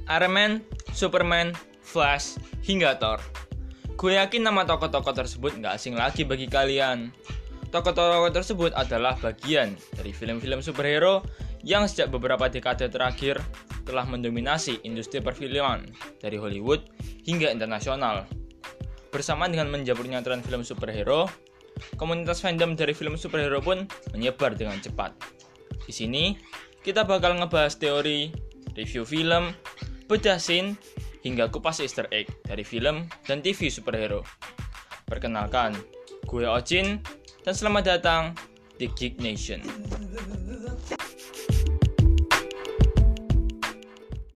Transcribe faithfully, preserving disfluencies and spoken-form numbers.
Iron Man, Superman, Flash, hingga Thor. Gue yakin nama tokoh-tokoh tersebut nggak asing lagi bagi kalian. Tokoh-tokoh tersebut adalah bagian dari film-film superhero yang sejak beberapa dekade terakhir telah mendominasi industri perfilman dari Hollywood hingga internasional. Bersama dengan menjamurnya tren film superhero, komunitas fandom dari film superhero pun menyebar dengan cepat. Di sini, kita bakal ngebahas teori, review film, bedah scene, hingga kupas easter egg dari film dan T V superhero. Perkenalkan, gue Ocin, dan selamat datang di Geek Nation.